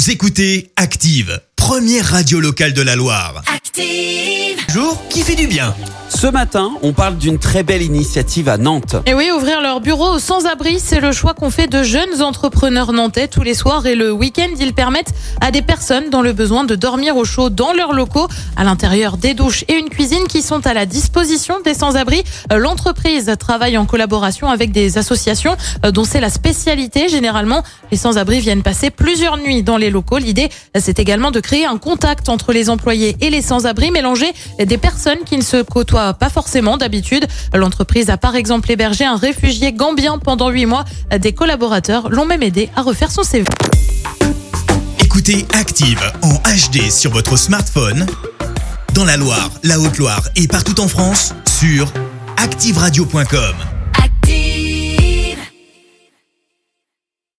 Vous écoutez Active, première radio locale de la Loire. Active. Jour qui fait du bien. Ce matin, on parle d'une très belle initiative à Nantes. Et oui, ouvrir leur bureau aux sans-abri, c'est le choix qu'ont fait de jeunes entrepreneurs nantais tous les soirs et le week-end. Ils permettent à des personnes dans le besoin de dormir au chaud dans leurs locaux, à l'intérieur des douches et une cuisine qui sont à la disposition des sans-abri. L'entreprise travaille en collaboration avec des associations dont c'est la spécialité. Généralement, les sans-abri viennent passer plusieurs nuits dans les locaux. L'idée, c'est également de créer un contact entre les employés et les sans-abri, mélanger des personnes qui ne se côtoient pas forcément d'habitude. L'entreprise a par exemple hébergé un réfugié gambien pendant 8 mois. Des collaborateurs l'ont même aidé à refaire son CV. Écoutez Active en HD sur votre smartphone, dans la Loire, la Haute-Loire et partout en France, sur activeradio.com.